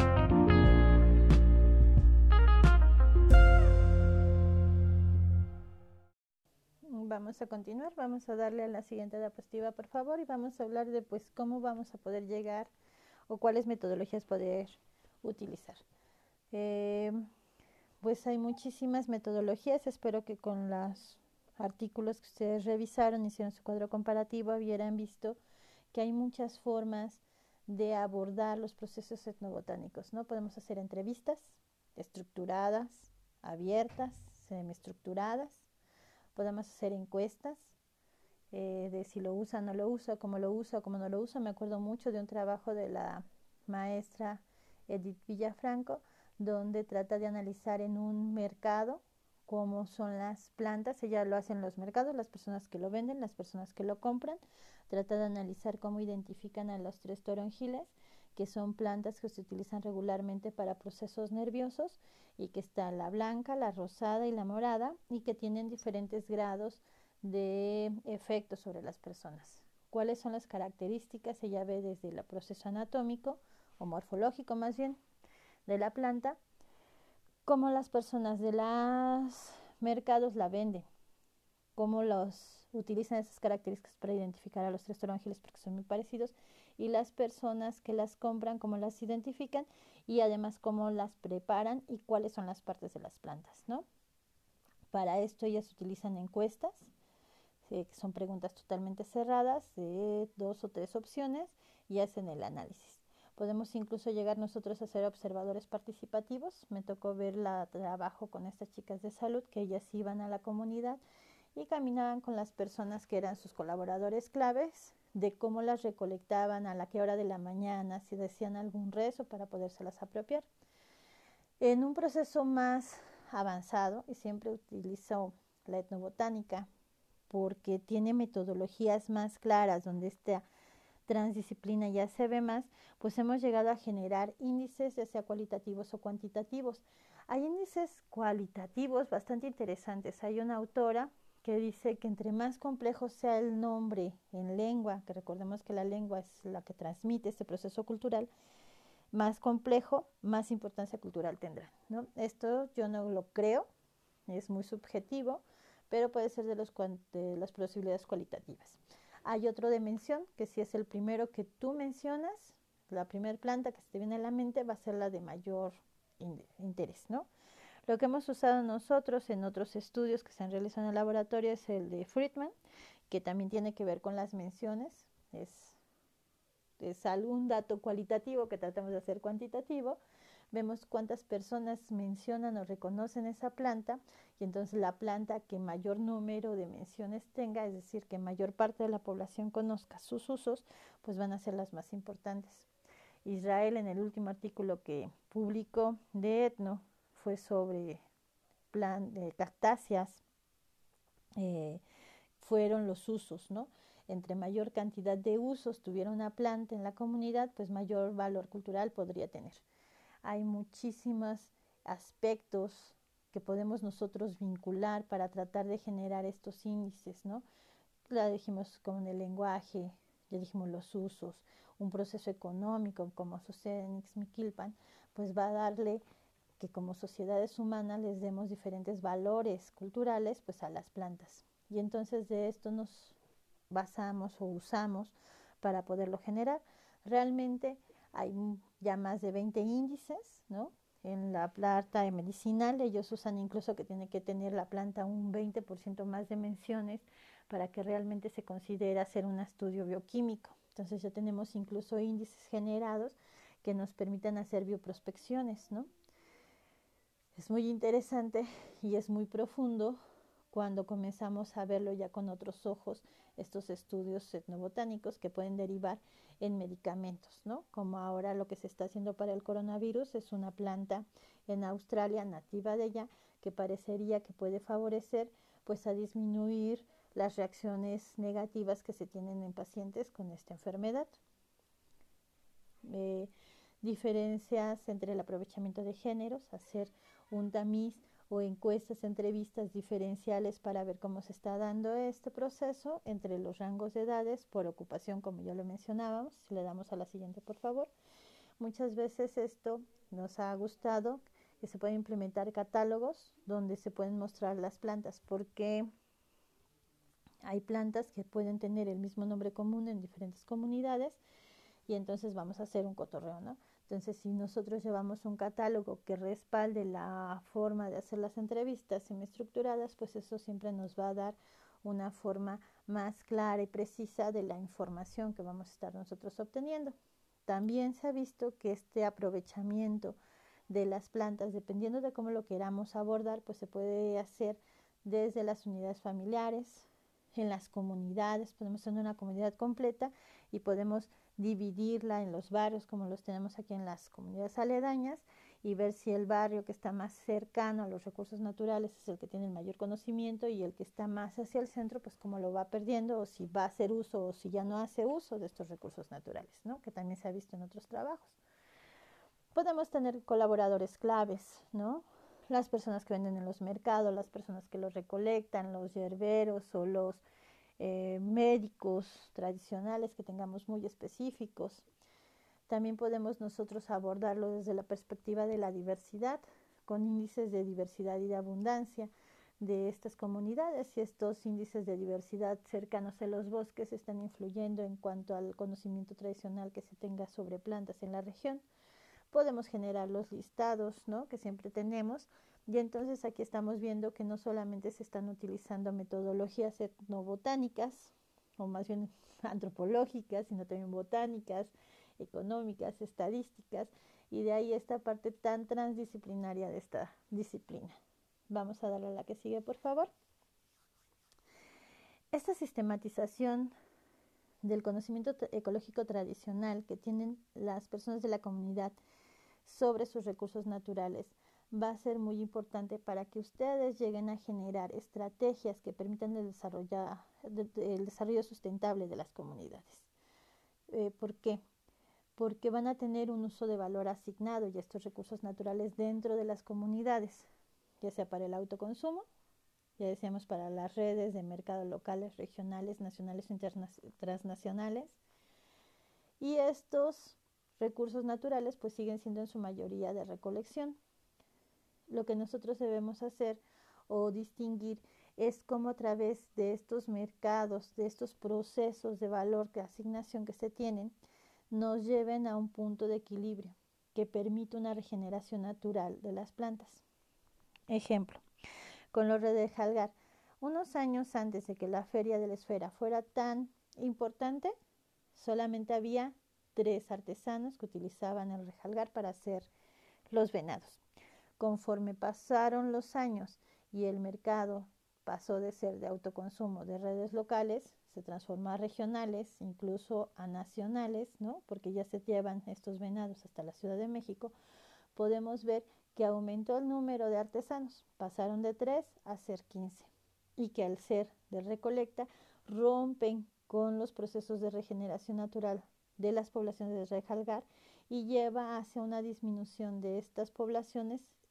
Vamos a continuar, vamos a darle a la siguiente diapositiva, por favor, y vamos a hablar de pues cómo vamos a poder llegar o cuáles metodologías poder utilizar. Eh, pues hay muchísimas metodologías, espero que con los artículos que ustedes revisaron, hicieron su cuadro comparativo, hubieran visto que hay muchas formas de abordar los procesos etnobotánicos, ¿no? Podemos hacer entrevistas estructuradas, abiertas, semiestructuradas. Podemos hacer encuestas eh, de si lo usa o no lo usa, cómo lo usa o cómo no lo usa. Me acuerdo mucho de un trabajo de la maestra Edith Villafranco, donde trata de analizar en un mercado cómo son las plantas. Ella lo hace en los mercados, las personas que lo venden, las personas que lo compran. Trata de analizar cómo identifican a los tres toronjiles, que son plantas que se utilizan regularmente para procesos nerviosos, y que está la blanca, la rosada y la morada, y que tienen diferentes grados de efecto sobre las personas. ¿Cuáles son las características? Ella ve desde el proceso anatómico o morfológico más bien de la planta, cómo las personas de los mercados la venden, cómo los utilizan esas características para identificar a los tres toronjiles porque son muy parecidos, y las personas que las compran, cómo las identifican, y además cómo las preparan y cuáles son las partes de las plantas, ¿no? Para esto ellas utilizan encuestas, eh, que son preguntas totalmente cerradas de dos o tres opciones, y hacen el análisis. Podemos incluso llegar nosotros a ser observadores participativos. Me tocó ver la trabajo con estas chicas de salud, que ellas iban a la comunidad y caminaban con las personas que eran sus colaboradores claves, de cómo las recolectaban, a la qué hora de la mañana, si decían algún rezo para podérselas apropiar. En un proceso más avanzado, y siempre utilizo la etnobotánica porque tiene metodologías más claras, donde esta transdisciplina ya se ve más, pues hemos llegado a generar índices, ya sea cualitativos o cuantitativos. Hay índices cualitativos bastante interesantes. Hay una autora que dice que entre más complejo sea el nombre en lengua, que recordemos que la lengua es la que transmite este proceso cultural, más complejo, más importancia cultural tendrá, ¿no? Esto yo no lo creo, es muy subjetivo, pero puede ser de, los, de las posibilidades cualitativas. Hay otro de mención, que si es el primero que tú mencionas, la primera planta que se te viene a la mente va a ser la de mayor interés, ¿no? Lo que hemos usado nosotros en otros estudios que se han realizado en el laboratorio es el de Friedman, que también tiene que ver con las menciones. Es, es algún dato cualitativo que tratamos de hacer cuantitativo. Vemos cuántas personas mencionan o reconocen esa planta, y entonces la planta que mayor número de menciones tenga, es decir, que mayor parte de la población conozca sus usos, pues van a ser las más importantes. Israel, en el último artículo que publicó de Etno, fue sobre plan, eh, cactáceas, eh, fueron los usos, ¿no? Entre mayor cantidad de usos tuviera una planta en la comunidad, pues mayor valor cultural podría tener. Hay muchísimas aspectos que podemos nosotros vincular para tratar de generar estos índices, ¿no? La dijimos como el lenguaje, ya dijimos los usos, un proceso económico como sucede en Ixmiquilpan, pues va a darle que como sociedades humanas les demos diferentes valores culturales pues a las plantas. Y entonces de esto nos basamos o usamos para poderlo generar. Realmente hay ya más de veinte índices, ¿no? En la planta medicinal ellos usan incluso que tiene que tener la planta un veinte por ciento más de menciones para que realmente se considere hacer un estudio bioquímico. Entonces ya tenemos incluso índices generados que nos permitan hacer bioprospecciones, ¿no? Es muy interesante y es muy profundo cuando comenzamos a verlo ya con otros ojos, estos estudios etnobotánicos que pueden derivar en medicamentos, ¿no? Como ahora lo que se está haciendo para el coronavirus es una planta en Australia nativa de allá que parecería que puede favorecer pues a disminuir las reacciones negativas que se tienen en pacientes con esta enfermedad. Eh, diferencias entre el aprovechamiento de géneros, hacer un tamiz o encuestas, entrevistas diferenciales para ver cómo se está dando este proceso entre los rangos de edades por ocupación, como ya lo mencionábamos. Si le damos a la siguiente, por favor. Muchas veces esto nos ha gustado, que se pueden implementar catálogos donde se pueden mostrar las plantas, porque hay plantas que pueden tener el mismo nombre común en diferentes comunidades y entonces vamos a hacer un cotorreo, ¿no? Entonces, si nosotros llevamos un catálogo que respalde la forma de hacer las entrevistas semiestructuradas, pues eso siempre nos va a dar una forma más clara y precisa de la información que vamos a estar nosotros obteniendo. También se ha visto que este aprovechamiento de las plantas, dependiendo de cómo lo queramos abordar, pues se puede hacer desde las unidades familiares, en las comunidades, podemos tener una comunidad completa y podemos dividirla en los barrios como los tenemos aquí en las comunidades aledañas y ver si el barrio que está más cercano a los recursos naturales es el que tiene el mayor conocimiento y el que está más hacia el centro pues cómo lo va perdiendo o si va a hacer uso o si ya no hace uso de estos recursos naturales, ¿no? Que también se ha visto en otros trabajos. Podemos tener colaboradores claves, ¿no? Las personas que venden en los mercados, las personas que los recolectan, los hierberos o los eh, médicos tradicionales que tengamos muy específicos. También podemos nosotros abordarlo desde la perspectiva de la diversidad, con índices de diversidad y de abundancia de estas comunidades, y estos índices de diversidad cercanos a los bosques están influyendo en cuanto al conocimiento tradicional que se tenga sobre plantas en la región. Podemos generar los listados, ¿no? Que siempre tenemos, y entonces aquí estamos viendo que no solamente se están utilizando metodologías etnobotánicas, o más bien antropológicas, sino también botánicas, económicas, estadísticas, y de ahí esta parte tan transdisciplinaria de esta disciplina. Vamos a darle a la que sigue, por favor. Esta sistematización del conocimiento ecológico tradicional que tienen las personas de la comunidad sobre sus recursos naturales va a ser muy importante para que ustedes lleguen a generar estrategias que permitan el, desarrollar, el desarrollo sustentable de las comunidades. Eh, ¿Por qué? Porque van a tener un uso de valor asignado y estos recursos naturales dentro de las comunidades, ya sea para el autoconsumo, ya decíamos para las redes de mercado locales, regionales, nacionales o transnacionales, y estos recursos naturales pues siguen siendo en su mayoría de recolección. Lo que nosotros debemos hacer o distinguir es cómo a través de estos mercados, de estos procesos de valor, de asignación que se tienen, nos lleven a un punto de equilibrio que permite una regeneración natural de las plantas. Ejemplo, con los redes de Jalgar. Unos años antes de que la Feria de la Esfera fuera tan importante, solamente había tres artesanos que utilizaban el rejalgar para hacer los venados. Conforme pasaron los años y el mercado pasó de ser de autoconsumo de redes locales, se transformó a regionales, incluso a nacionales, ¿no? Porque ya se llevan estos venados hasta la Ciudad de México, podemos ver que aumentó el número de artesanos, pasaron de tres a ser quince, y que al ser de recolecta rompen con los procesos de regeneración natural de las poblaciones de rejalgar y lleva hacia una disminución de estas poblaciones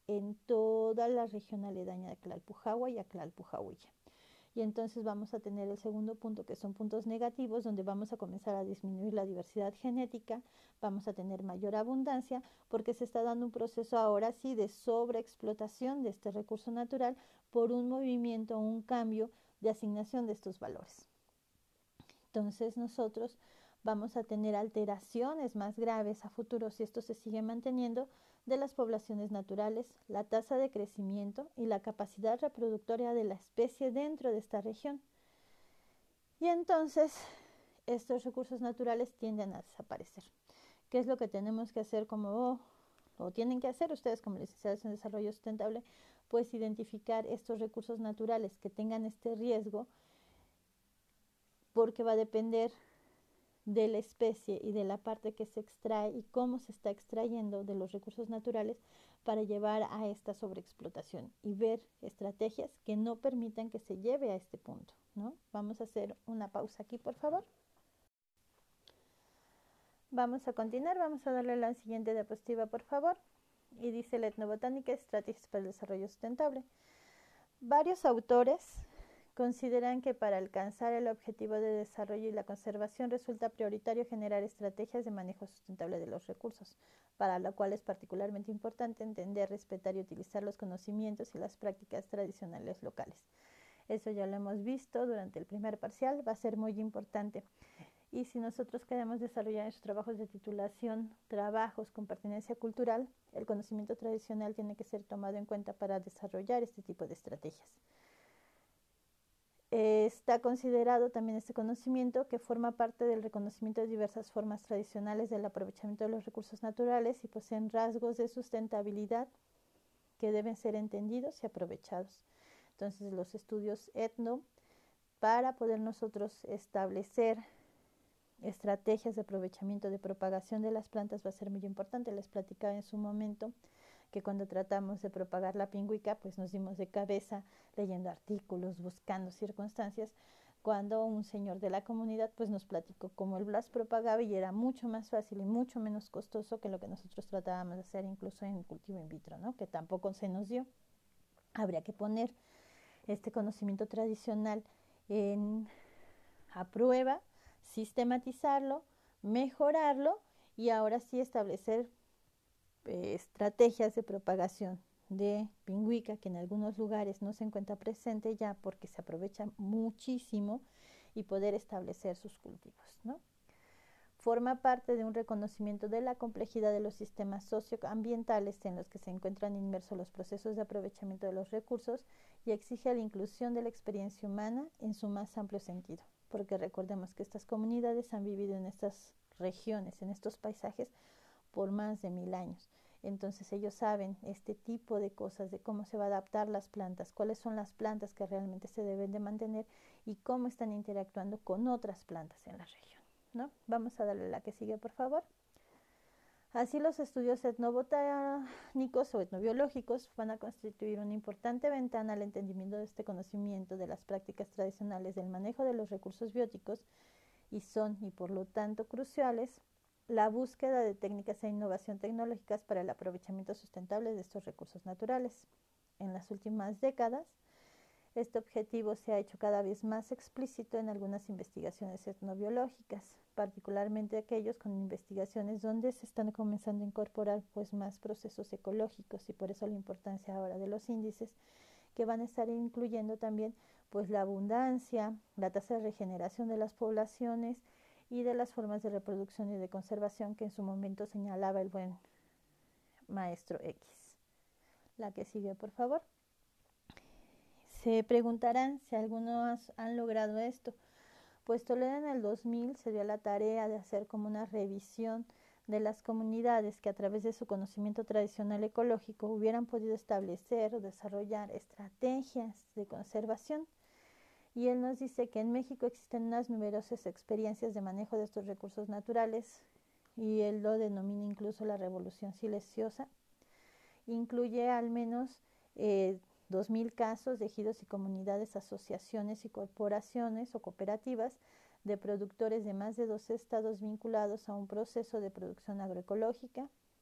en toda la región aledaña de Tlalpujahua y a Tlalpujahuilla. Y entonces vamos a tener el segundo punto, que son puntos negativos, donde vamos a comenzar a disminuir la diversidad genética, vamos a tener mayor abundancia, porque se está dando un proceso ahora sí de sobreexplotación de este recurso natural por un movimiento, un cambio de asignación de estos valores. Entonces nosotros vamos a tener alteraciones más graves a futuro si esto se sigue manteniendo de las poblaciones naturales, la tasa de crecimiento y la capacidad reproductoria de la especie dentro de esta región. Y entonces estos recursos naturales tienden a desaparecer. ¿Qué es lo que tenemos que hacer como, o tienen que hacer ustedes como licenciados en desarrollo sustentable? Pues identificar estos recursos naturales que tengan este riesgo, porque va a depender de la especie y de la parte que se extrae y cómo se está extrayendo de los recursos naturales para llevar a esta sobreexplotación y ver estrategias que no permitan que se lleve a este punto, ¿no? Vamos a hacer una pausa aquí, por favor. Vamos a continuar, vamos a darle la siguiente diapositiva, por favor. Y dice la etnobotánica, estrategias para el desarrollo sustentable. Varios autores consideran que para alcanzar el objetivo de desarrollo y la conservación resulta prioritario generar estrategias de manejo sustentable de los recursos, para lo cual es particularmente importante entender, respetar y utilizar los conocimientos y las prácticas tradicionales locales. Eso ya lo hemos visto durante el primer parcial, va a ser muy importante. Y si nosotros queremos desarrollar en sus trabajos de titulación trabajos con pertenencia cultural, el conocimiento tradicional tiene que ser tomado en cuenta para desarrollar este tipo de estrategias. Eh, está considerado también este conocimiento que forma parte del reconocimiento de diversas formas tradicionales del aprovechamiento de los recursos naturales y poseen rasgos de sustentabilidad que deben ser entendidos y aprovechados. Entonces, los estudios etno, para poder nosotros establecer estrategias de aprovechamiento de propagación de las plantas, va a ser muy importante. Les platicaba en su momento que cuando tratamos de propagar la pingüica, pues nos dimos de cabeza leyendo artículos, buscando circunstancias, cuando un señor de la comunidad pues nos platicó cómo el las propagaba y era mucho más fácil y mucho menos costoso que lo que nosotros tratábamos de hacer incluso en cultivo in vitro, ¿no? Que tampoco se nos dio. Habría que poner este conocimiento tradicional en, a prueba, sistematizarlo, mejorarlo y ahora sí establecer eh, estrategias de propagación de pingüica que en algunos lugares no se encuentra presente ya porque se aprovecha muchísimo y poder establecer sus cultivos, ¿no? Forma parte de un reconocimiento de la complejidad de los sistemas socioambientales en los que se encuentran inmersos los procesos de aprovechamiento de los recursos y exige la inclusión de la experiencia humana en su más amplio sentido, porque recordemos que estas comunidades han vivido en estas regiones, en estos paisajes, por más de mil años. Entonces ellos saben este tipo de cosas, de cómo se va a adaptar las plantas, cuáles son las plantas que realmente se deben de mantener y cómo están interactuando con otras plantas en la región, ¿no? Vamos a darle la que sigue, por favor. Así, los estudios etnobotánicos o etnobiológicos van a constituir una importante ventana al entendimiento de este conocimiento de las prácticas tradicionales del manejo de los recursos bióticos y son, y por lo tanto, cruciales la búsqueda de técnicas e innovación tecnológicas para el aprovechamiento sustentable de estos recursos naturales. En las últimas décadas, este objetivo se ha hecho cada vez más explícito en algunas investigaciones etnobiológicas, particularmente aquellos con investigaciones donde se están comenzando a incorporar pues más procesos ecológicos y por eso la importancia ahora de los índices que van a estar incluyendo también pues la abundancia, la tasa de regeneración de las poblaciones y de las formas de reproducción y de conservación que en su momento señalaba el buen maestro X. La que sigue, por favor. Se preguntarán si algunos han logrado esto. Pues Toledo en el dos mil se dio la tarea de hacer como una revisión de las comunidades que a través de su conocimiento tradicional ecológico hubieran podido establecer o desarrollar estrategias de conservación. Y él nos dice que en México existen unas numerosas experiencias de manejo de estos recursos naturales y él lo denomina incluso la revolución silenciosa. Incluye al menos eh, dos mil casos de ejidos y comunidades, asociaciones y corporaciones o cooperativas de productores de más de doce estados vinculados a un proceso de producción agroecológica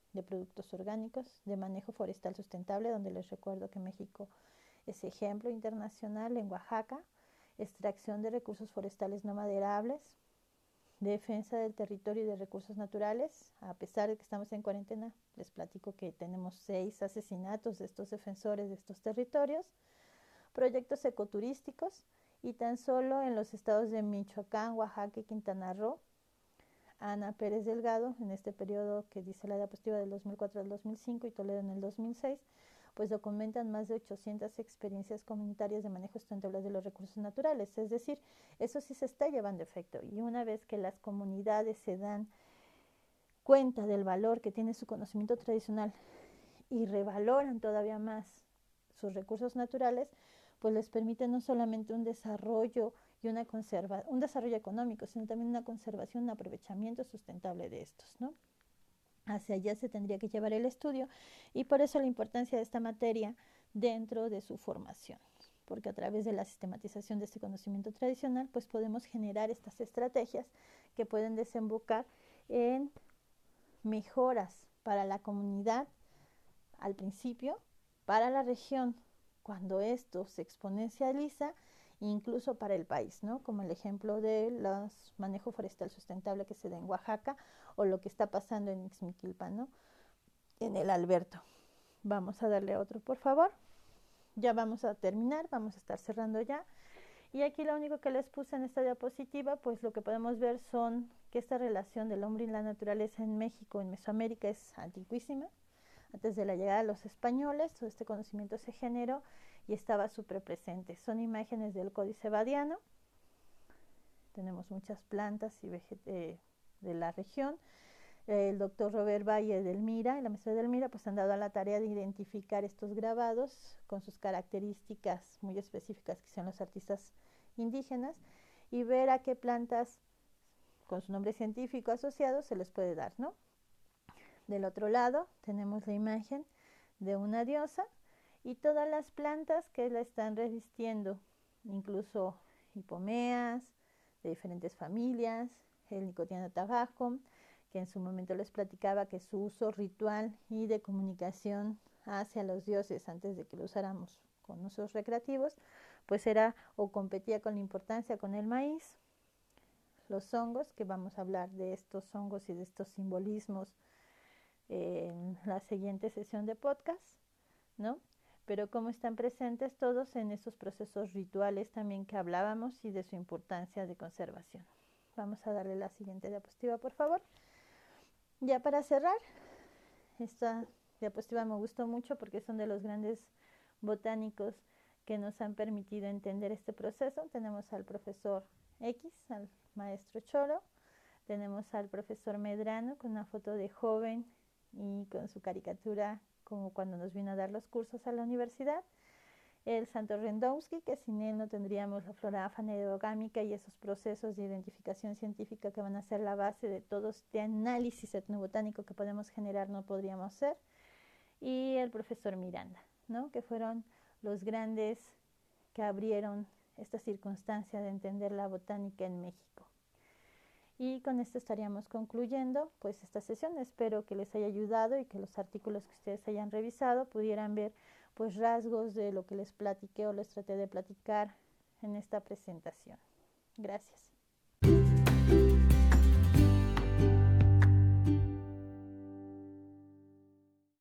de productos orgánicos, de manejo forestal sustentable, donde les recuerdo que México es ejemplo internacional en Oaxaca, extracción de recursos forestales no maderables, defensa del territorio y de recursos naturales. A pesar de que estamos en cuarentena, les platico que tenemos seis asesinatos de estos defensores de estos territorios, proyectos ecoturísticos, y tan solo en los estados de Michoacán, Oaxaca y Quintana Roo, Ana Pérez Delgado, en este periodo que dice la diapositiva del dos mil cuatro al dos mil cinco y Toledo en el dos mil seis, pues documentan más de ochocientas experiencias comunitarias de manejo sustentable de los recursos naturales. Es decir, eso sí se está llevando a efecto. Y una vez que las comunidades se dan cuenta del valor que tiene su conocimiento tradicional y revaloran todavía más sus recursos naturales, pues les permite no solamente un desarrollo y una conserva, un desarrollo económico, sino también una conservación, un aprovechamiento sustentable de estos, ¿no? Hacia allá se tendría que llevar el estudio, y por eso la importancia de esta materia dentro de su formación, porque a través de la sistematización de este conocimiento tradicional, pues podemos generar estas estrategias que pueden desembocar en mejoras para la comunidad al principio, para la región cuando esto se exponencializa, incluso para el país, ¿no? Como el ejemplo de los manejo forestal sustentable que se da en Oaxaca, o lo que está pasando en Ixmiquilpan, ¿no? En el Alberto. Vamos a darle otro, por favor. Ya vamos a terminar, vamos a estar cerrando ya. Y aquí lo único que les puse en esta diapositiva, pues lo que podemos ver son que esta relación del hombre y la naturaleza en México, en Mesoamérica, es antiquísima. Antes de la llegada de los españoles, todo este conocimiento se generó y estaba súper presente. Son imágenes del Códice Badiano. Tenemos muchas plantas y veget- de la región. El doctor Robert Valle del Mira y la maestra del Mira pues han dado a la tarea de identificar estos grabados con sus características muy específicas que son los artistas indígenas, y ver a qué plantas con su nombre científico asociado se les puede dar, ¿no? Del otro lado tenemos la imagen de una diosa y todas las plantas que la están revistiendo, incluso hipomeas de diferentes familias, el Nicotiana tabaco, que en su momento les platicaba que su uso ritual y de comunicación hacia los dioses antes de que lo usáramos con usos recreativos, pues era o competía con la importancia con el maíz. Los hongos, que vamos a hablar de estos hongos y de estos simbolismos en la siguiente sesión de podcast, ¿no? Pero cómo están presentes todos en esos procesos rituales también que hablábamos y de su importancia de conservación. Vamos a darle la siguiente diapositiva, por favor. Ya para cerrar, esta diapositiva me gustó mucho porque son de los grandes botánicos que nos han permitido entender este proceso. Tenemos al profesor X, al maestro Choro, tenemos al profesor Medrano con una foto de joven y con su caricatura como cuando nos vino a dar los cursos a la universidad, el Santo Rendowski, que sin él no tendríamos la flora fanerogámica y esos procesos de identificación científica que van a ser la base de todo este análisis etnobotánico que podemos generar, no podríamos ser, y el profesor Miranda, ¿no? Que fueron los grandes que abrieron esta circunstancia de entender la botánica en México. Y con esto estaríamos concluyendo pues esta sesión. Espero que les haya ayudado y que los artículos que ustedes hayan revisado pudieran ver pues rasgos de lo que les platiqué o les traté de platicar en esta presentación. Gracias.